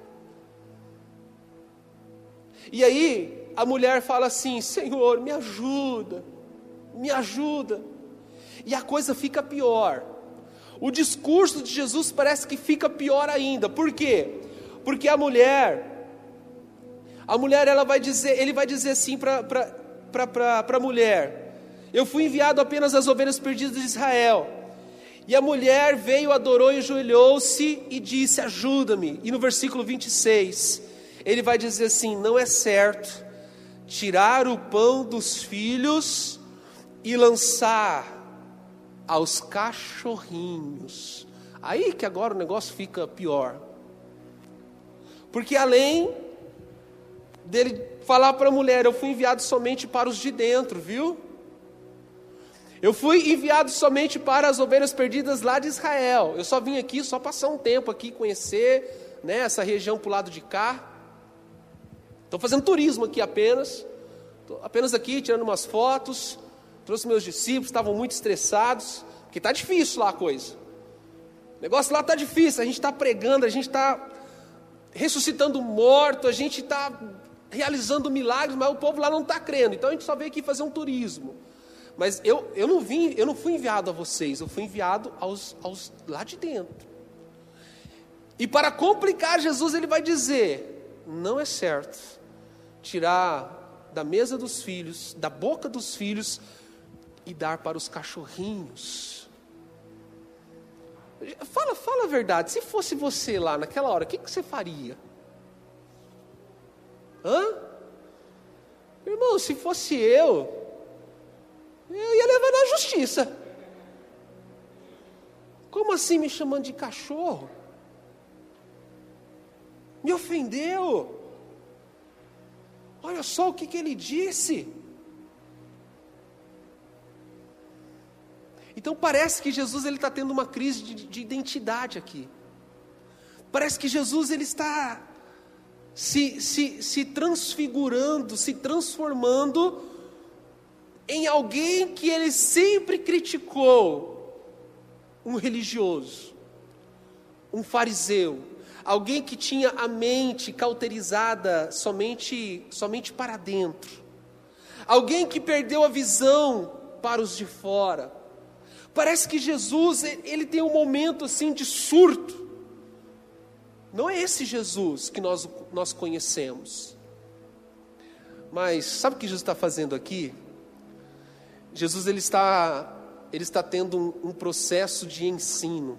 E aí a mulher fala assim: Senhor, me ajuda, me ajuda. E a coisa fica pior. O discurso de Jesus parece que fica pior ainda. Por quê? Porque a mulher ela vai dizer, ele vai dizer assim para a mulher: eu fui enviado apenas às ovelhas perdidas de Israel. E a mulher veio, adorou e ajoelhou-se e disse: ajuda-me. E no versículo 26, ele vai dizer assim: não é certo tirar o pão dos filhos e lançar aos cachorrinhos. Aí que agora o negócio fica pior. Porque além dele falar para a mulher: eu fui enviado somente para os de dentro, viu? Eu fui enviado somente para as ovelhas perdidas lá de Israel. Eu só vim aqui, só passar um tempo aqui, conhecer, né, essa região para o lado de cá. Estou fazendo turismo aqui apenas. Estou apenas aqui tirando umas fotos. Trouxe meus discípulos, estavam muito estressados, porque está difícil lá a coisa. O negócio lá está difícil, a gente está pregando, a gente está ressuscitando morto, a gente está realizando milagres, mas o povo lá não está crendo. Então a gente só veio aqui fazer um turismo. Mas eu não fui enviado a vocês, eu fui enviado aos lá de dentro. E para complicar, Jesus ele vai dizer: não é certo tirar da mesa dos filhos, da boca dos filhos, e dar para os cachorrinhos. Fala a verdade, se fosse você lá naquela hora, o que você faria? Irmão, se fosse eu ia levar na justiça. Como assim me chamando de cachorro? Me ofendeu. Olha só o que ele disse. Então parece que Jesus ele está tendo uma crise de identidade aqui. Parece que Jesus ele está se transfigurando, se transformando em alguém que ele sempre criticou: um religioso, um fariseu, alguém que tinha a mente cauterizada somente para dentro, alguém que perdeu a visão para os de fora. Parece que Jesus ele tem um momento assim de surto. Não é esse Jesus que nós conhecemos. Mas sabe o que Jesus está fazendo aqui? Jesus ele está tendo um processo de ensino.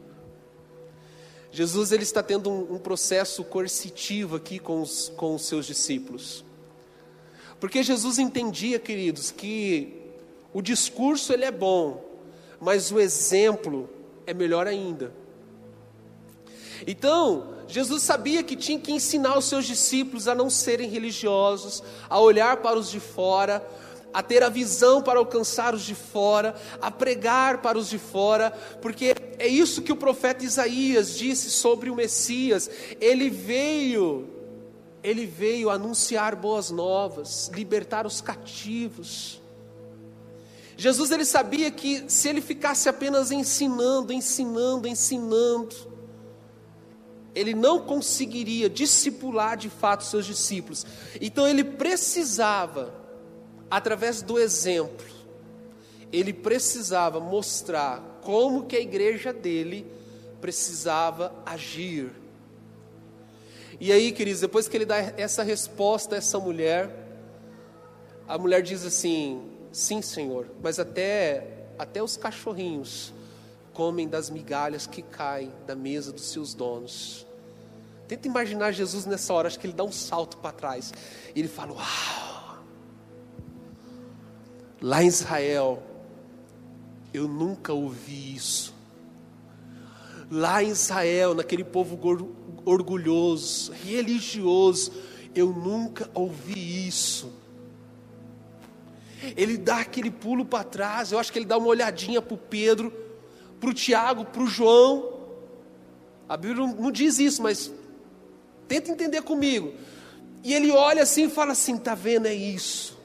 Jesus ele está tendo um processo coercitivo aqui com os seus discípulos. Porque Jesus entendia, queridos, que o discurso ele é bom, mas o exemplo é melhor ainda. Então, Jesus sabia que tinha que ensinar os seus discípulos a não serem religiosos, a olhar para os de fora, a ter a visão para alcançar os de fora, a pregar para os de fora, porque é isso que o profeta Isaías disse sobre o Messias. Ele veio anunciar boas novas, libertar os cativos. Jesus, ele sabia que se ele ficasse apenas ensinando, ele não conseguiria discipular de fato seus discípulos. Então ele precisava, através do exemplo, ele precisava mostrar como que a igreja dele precisava agir. E aí, queridos, depois que ele dá essa resposta a essa mulher, a mulher diz assim: sim, Senhor, mas até os cachorrinhos comem das migalhas que caem da mesa dos seus donos. Tenta imaginar Jesus nessa hora, acho que ele dá um salto para trás. E ele fala: uau! Lá em Israel, eu nunca ouvi isso. Lá em Israel, naquele povo orgulhoso, religioso, eu nunca ouvi isso. Ele dá aquele pulo para trás, eu acho que ele dá uma olhadinha para o Pedro, para o Tiago, para o João. A Bíblia não diz isso, mas tenta entender comigo. E ele olha assim e fala assim: está vendo, é isso.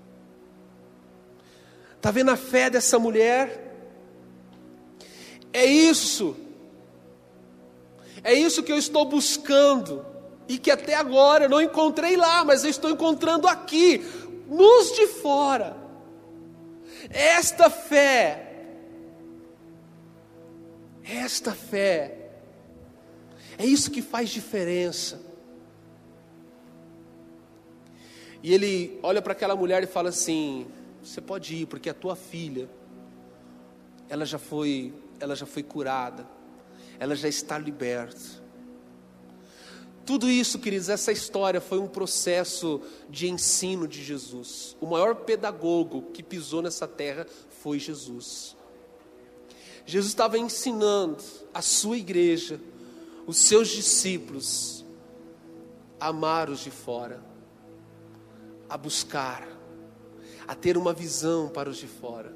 Está vendo a fé dessa mulher? É isso. É isso que eu estou buscando. E que até agora eu não encontrei lá, mas eu estou encontrando aqui, nos de fora. Esta fé, é isso que faz diferença. E ele olha para aquela mulher e fala assim: você pode ir, porque a tua filha, ela já foi curada, ela já está liberta. Tudo isso, queridos, essa história foi um processo de ensino de Jesus. O maior pedagogo que pisou nessa terra foi Jesus. Jesus estava ensinando a sua igreja, os seus discípulos, a amar os de fora, a buscar, a ter uma visão para os de fora.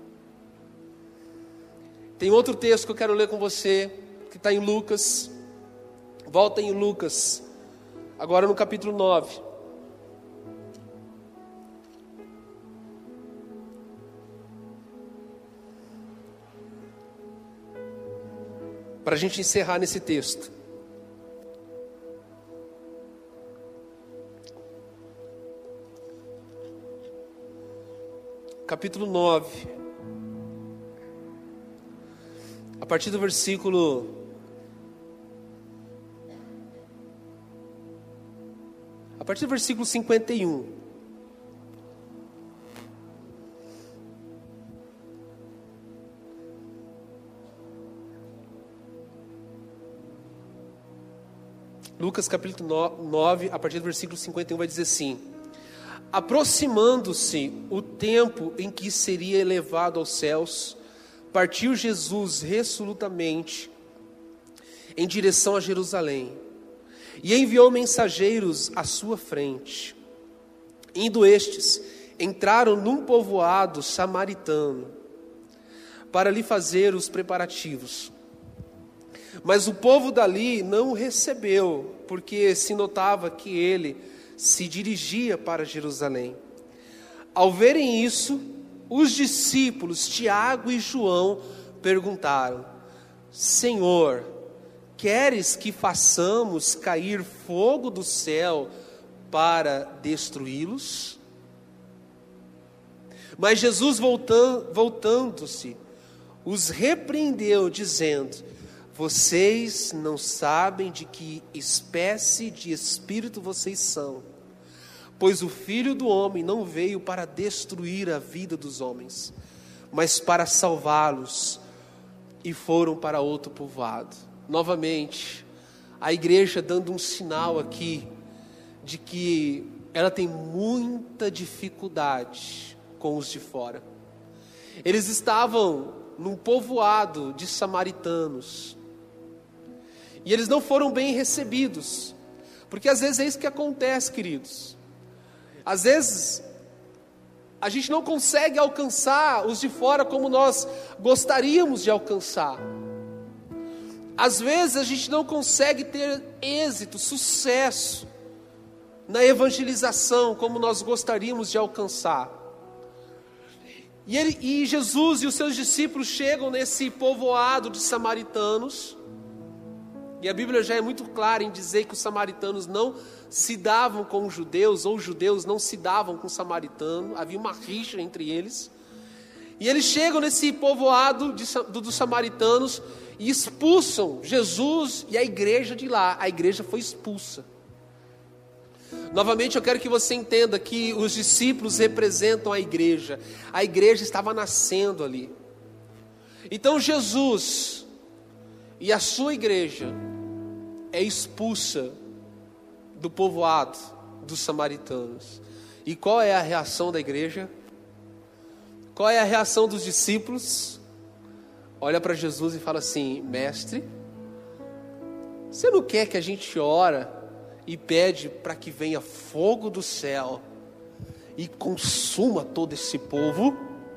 Tem outro texto que eu quero ler com você, que está em Lucas. Volta em Lucas, agora no capítulo 9. Para a gente encerrar nesse texto. Capítulo 9. A partir do versículo 51. Lucas capítulo 9, a partir do versículo 51, vai dizer assim: aproximando-se o tempo em que seria elevado aos céus, partiu Jesus resolutamente em direção a Jerusalém, e enviou mensageiros à sua frente. Indo estes, entraram num povoado samaritano, para lhe fazer os preparativos. Mas o povo dali não o recebeu, porque se notava que ele se dirigia para Jerusalém. Ao verem isso, os discípulos Tiago e João perguntaram: Senhor, queres que façamos cair fogo do céu para destruí-los? Mas Jesus, voltando-se, os repreendeu, dizendo: vocês não sabem de que espécie de espírito vocês são, pois o Filho do Homem não veio para destruir a vida dos homens, mas para salvá-los. E foram para outro povoado. Novamente, a igreja dando um sinal aqui de que ela tem muita dificuldade com os de fora. Eles estavam num povoado de samaritanos, E eles não foram bem recebidos. Porque às vezes é isso que acontece, queridos. Às vezes a gente não consegue alcançar os de fora como nós gostaríamos de alcançar. Às vezes a gente não consegue ter êxito, sucesso na evangelização como nós gostaríamos de alcançar. E Jesus e os seus discípulos chegam nesse povoado de samaritanos. E a Bíblia já é muito clara em dizer que os samaritanos não se davam com os judeus, ou os judeus não se davam com os samaritanos. Havia uma rixa entre eles. E eles chegam nesse povoado dos samaritanos e expulsam Jesus e a igreja de lá. A igreja foi expulsa. Novamente eu quero que você entenda que os discípulos representam a igreja. A igreja estava nascendo ali. Então Jesus e a sua igreja é expulsa do povoado dos samaritanos. E qual é a reação da igreja? Qual é a reação dos discípulos? Olha para Jesus e fala assim: mestre, você não quer que a gente ora e pede para que venha fogo do céu e consuma todo esse povo?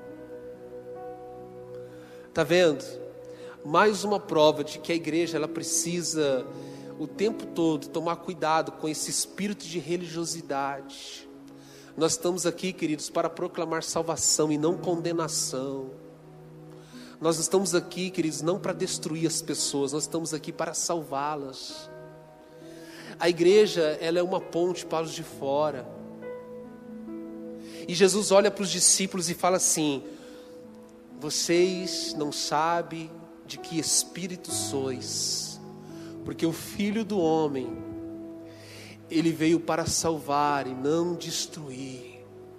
Está vendo? Mais uma prova de que a igreja ela precisa o tempo todo tomar cuidado com esse espírito de religiosidade. Nós estamos aqui, queridos, para proclamar salvação e não condenação. Nós estamos aqui, queridos, não para destruir as pessoas, nós estamos aqui para salvá-las. A igreja, ela é uma ponte para os de fora. E Jesus olha para os discípulos e fala assim: vocês não sabem de que espírito sois, porque o Filho do Homem, Ele veio para salvar e não destruir.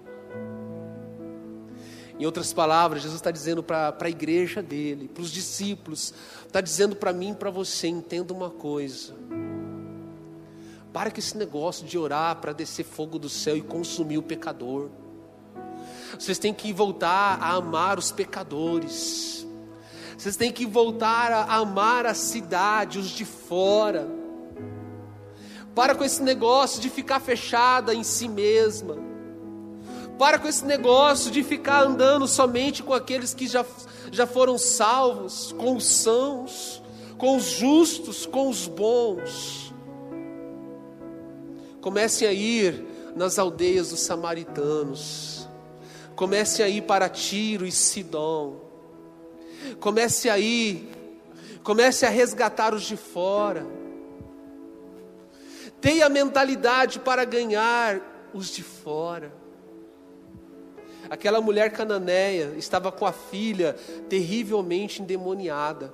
Em outras palavras, Jesus está dizendo para a igreja dele, para os discípulos, está dizendo para mim e para você: entenda uma coisa, para com esse negócio de orar para descer fogo do céu e consumir o pecador. Vocês têm que voltar a amar os pecadores. Vocês têm que voltar a amar a cidade, os de fora. Para com esse negócio de ficar fechada em si mesma. Para com esse negócio de ficar andando somente com aqueles que já foram salvos, com os sãos, com os justos, com os bons. Comecem a ir nas aldeias dos samaritanos. Comece a ir para Tiro e Sidom. Comece a ir, comece a resgatar os de fora. Tenha a mentalidade para ganhar os de fora. Aquela mulher cananeia estava com a filha terrivelmente endemoniada.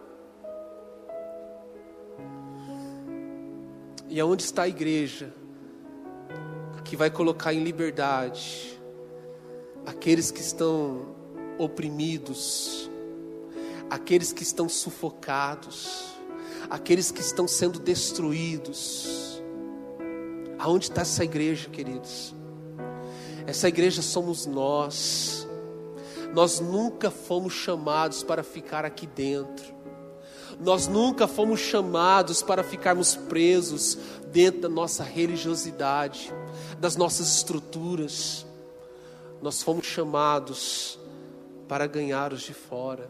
E aonde está a igreja que vai colocar em liberdade aqueles que estão oprimidos, aqueles que estão sufocados, aqueles que estão sendo destruídos? Aonde está essa igreja, queridos? Essa igreja somos nós. Nós nunca fomos chamados para ficar aqui dentro. Nós nunca fomos chamados para ficarmos presos dentro da nossa religiosidade, das nossas estruturas. Nós fomos chamados para ganhar os de fora.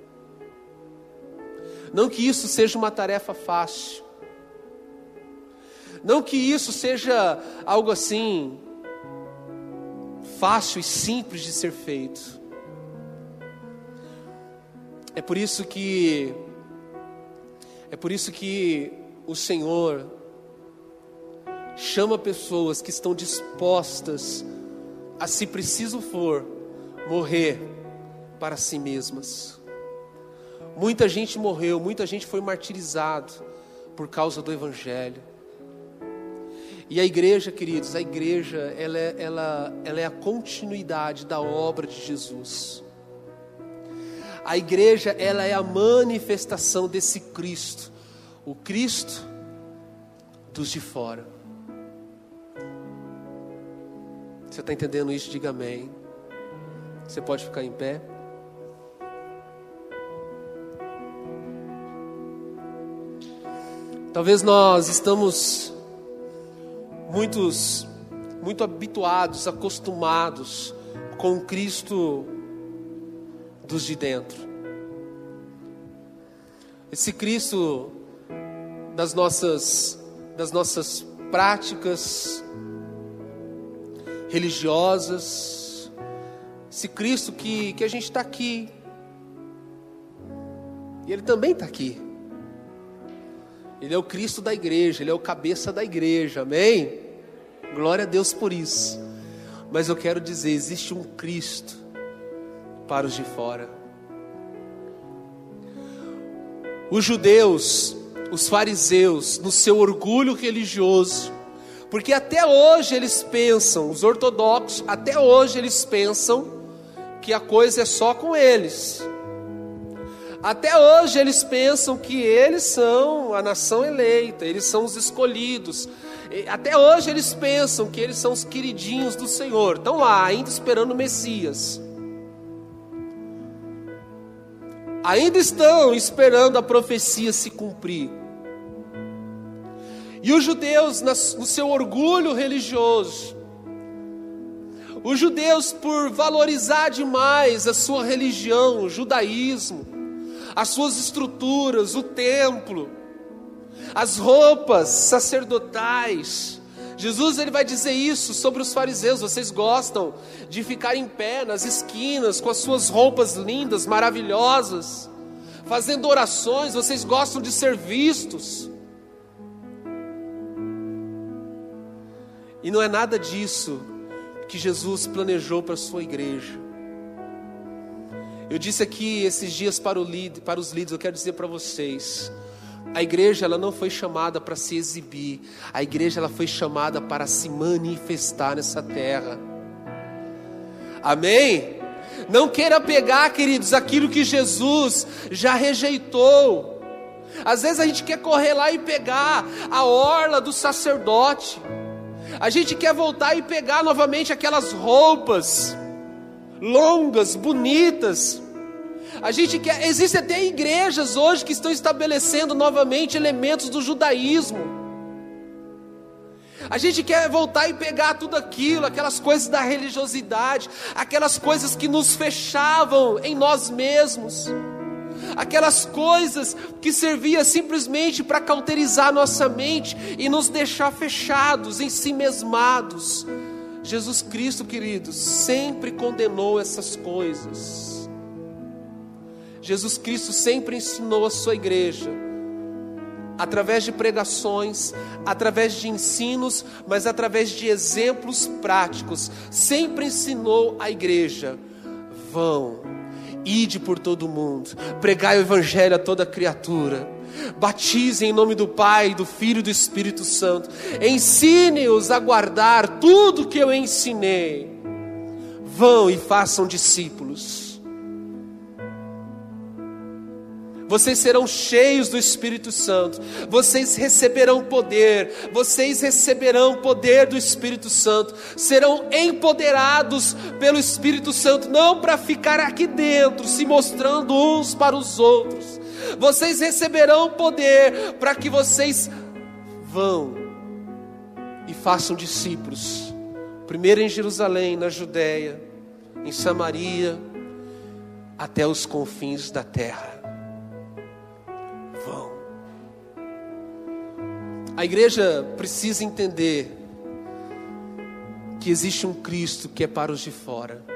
Não que isso seja uma tarefa fácil. Não que isso seja algo assim fácil e simples de ser feito. É por isso que o Senhor chama pessoas que estão dispostas a, se preciso for, morrer para si mesmas. Muita gente morreu, muita gente foi martirizado por causa do Evangelho. E a igreja, queridos, a igreja ela é a continuidade da obra de Jesus. A igreja, ela é a manifestação desse Cristo, o Cristo dos de fora. Você está entendendo isso? Diga amém. Você pode ficar em pé. Talvez nós estamos muito habituados, acostumados com o Cristo dos de dentro. Esse Cristo das nossas práticas religiosas, esse Cristo que a gente está aqui, e Ele também está aqui. Ele é o Cristo da igreja, Ele é o cabeça da igreja, amém? Glória a Deus por isso. Mas eu quero dizer, existe um Cristo para os de fora. Os judeus, os fariseus, no seu orgulho religioso, porque até hoje eles pensam, os ortodoxos, até hoje eles pensam que a coisa é só com eles. Até hoje eles pensam que eles são a nação eleita, eles são os escolhidos. Até hoje eles pensam que eles são os queridinhos do Senhor. Estão lá, ainda esperando o Messias. Ainda estão esperando a profecia se cumprir. E os judeus, no seu orgulho religioso, os judeus, por valorizar demais a sua religião, o judaísmo, as suas estruturas, o templo, as roupas sacerdotais. Jesus, ele vai dizer isso sobre os fariseus: vocês gostam de ficar em pé nas esquinas com as suas roupas lindas, maravilhosas, fazendo orações, vocês gostam de ser vistos. E não é nada disso que Jesus planejou para a sua igreja. Eu disse aqui esses dias para os líderes, eu quero dizer para vocês: a igreja, ela não foi chamada para se exibir. A igreja, ela foi chamada para se manifestar nessa terra. Amém? Não queira pegar, queridos, aquilo que Jesus já rejeitou. Às vezes a gente quer correr lá e pegar a orla do sacerdote. A gente quer voltar e pegar novamente aquelas roupas longas, bonitas. A gente quer, existem até igrejas hoje que estão estabelecendo novamente elementos do judaísmo. A gente quer voltar e pegar tudo aquilo, aquelas coisas da religiosidade, aquelas coisas que nos fechavam em nós mesmos, aquelas coisas que serviam simplesmente para cauterizar nossa mente e nos deixar fechados, em si mesmados. Jesus Cristo, queridos, sempre condenou essas coisas. Jesus Cristo sempre ensinou a sua igreja, através de pregações, através de ensinos, mas através de exemplos práticos. Sempre ensinou a igreja: vão, ide por todo o mundo, pregai o evangelho a toda criatura, batizem em nome do Pai, do Filho e do Espírito Santo, ensine-os a guardar tudo que eu ensinei. Vão e façam discípulos. Vocês serão cheios do Espírito Santo, vocês receberão poder, vocês receberão poder do Espírito Santo, serão empoderados pelo Espírito Santo, não para ficar aqui dentro, se mostrando uns para os outros. Vocês receberão poder para que vocês vão e façam discípulos, primeiro em Jerusalém, na Judéia, em Samaria, até os confins da terra. Vão. A igreja precisa entender que existe um Cristo que é para os de fora.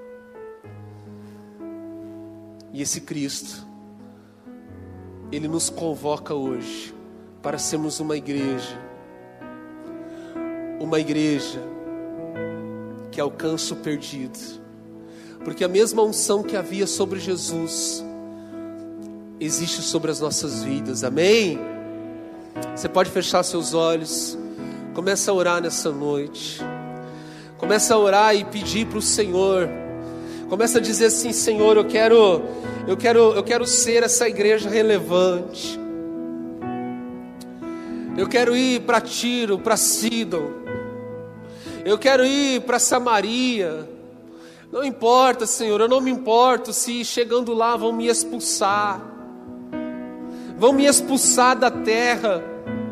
E esse Cristo, Ele nos convoca hoje para sermos uma igreja que alcança o perdido, porque a mesma unção que havia sobre Jesus existe sobre as nossas vidas, amém? Você pode fechar seus olhos, começa a orar nessa noite, começa a orar e pedir para o Senhor, começa a dizer assim: Senhor, eu quero ser essa igreja relevante, eu quero ir para Tiro, para Sidom, eu quero ir para Samaria. Não importa, Senhor, eu não me importo se chegando lá vão me expulsar da terra,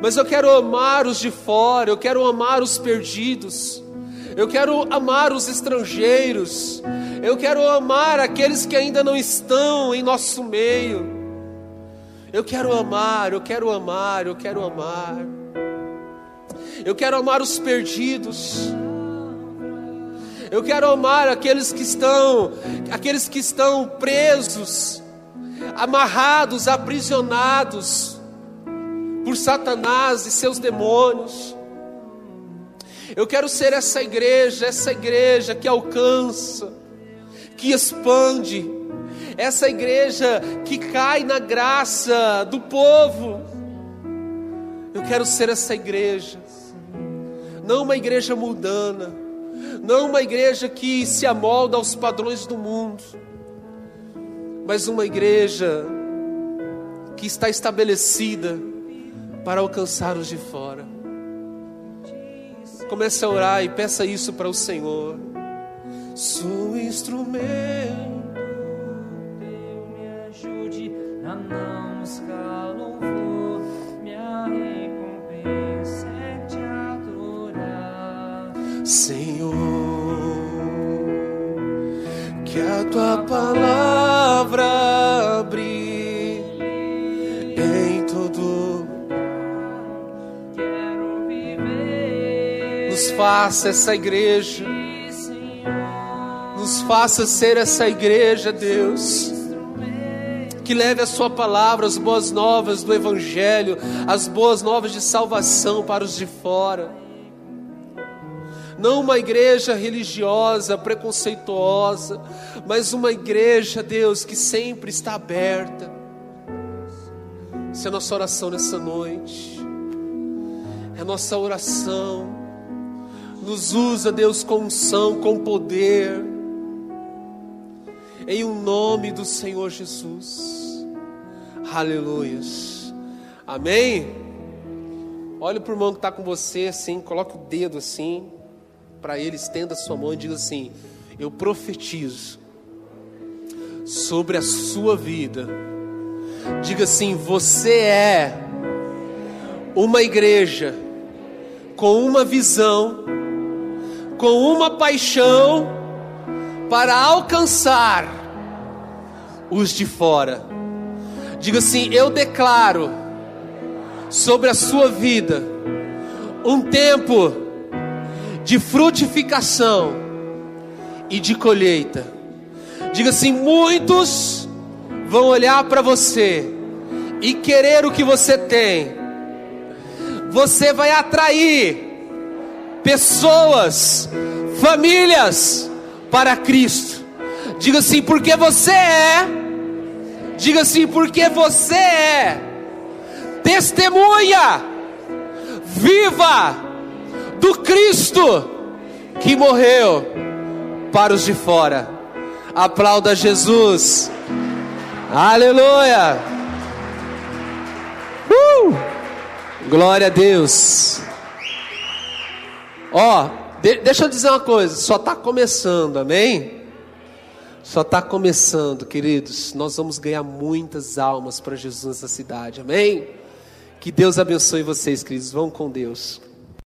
mas eu quero amar os de fora, eu quero amar os perdidos, eu quero amar os estrangeiros, eu quero amar aqueles que ainda não estão em nosso meio. Eu quero amar, eu quero amar, eu quero amar. Eu quero amar os perdidos. Eu quero amar aqueles que estão presos, amarrados, aprisionados por Satanás e seus demônios. Eu quero ser essa igreja que alcança, que expande, essa igreja que cai na graça do povo. Eu quero ser essa igreja, não uma igreja mundana, não uma igreja que se amolda aos padrões do mundo, mas uma igreja que está estabelecida para alcançar os de fora. Comece a orar e peça isso para o Senhor. Sou instrumento, me ajude a não buscar louvor, minha recompensa é te adorar. Senhor, que a tua palavra brilhe em todo. Quero viver, Nos faça essa igreja, nos faça ser essa igreja, Deus, que leve a sua palavra, as boas novas do Evangelho, as boas novas de salvação para os de fora. Não uma igreja religiosa, preconceituosa, mas uma igreja, Deus, que sempre está aberta. Essa é a nossa oração nessa noite, é a nossa oração. Nos usa, Deus, com unção, com poder, em o nome do Senhor Jesus. Aleluias. Amém? Olha para o irmão que está com você assim, coloca o dedo assim para ele, estenda a sua mão e diga assim: eu profetizo sobre a sua vida. Diga assim: você é uma igreja com uma visão, com uma paixão para alcançar os de fora. Diga assim: eu declaro sobre a sua vida um tempo de frutificação e de colheita. Diga assim: muitos vão olhar para você e querer o que você tem. Você vai atrair pessoas, famílias para Cristo. Diga assim: porque você é. Diga assim: porque você é testemunha viva do Cristo que morreu para os de fora. Aplauda Jesus. Aleluia. Glória a Deus. Ó, deixa eu dizer uma coisa, só está começando, amém? Só está começando, queridos. Nós vamos ganhar muitas almas para Jesus nessa cidade, amém? Que Deus abençoe vocês, queridos. Vão com Deus.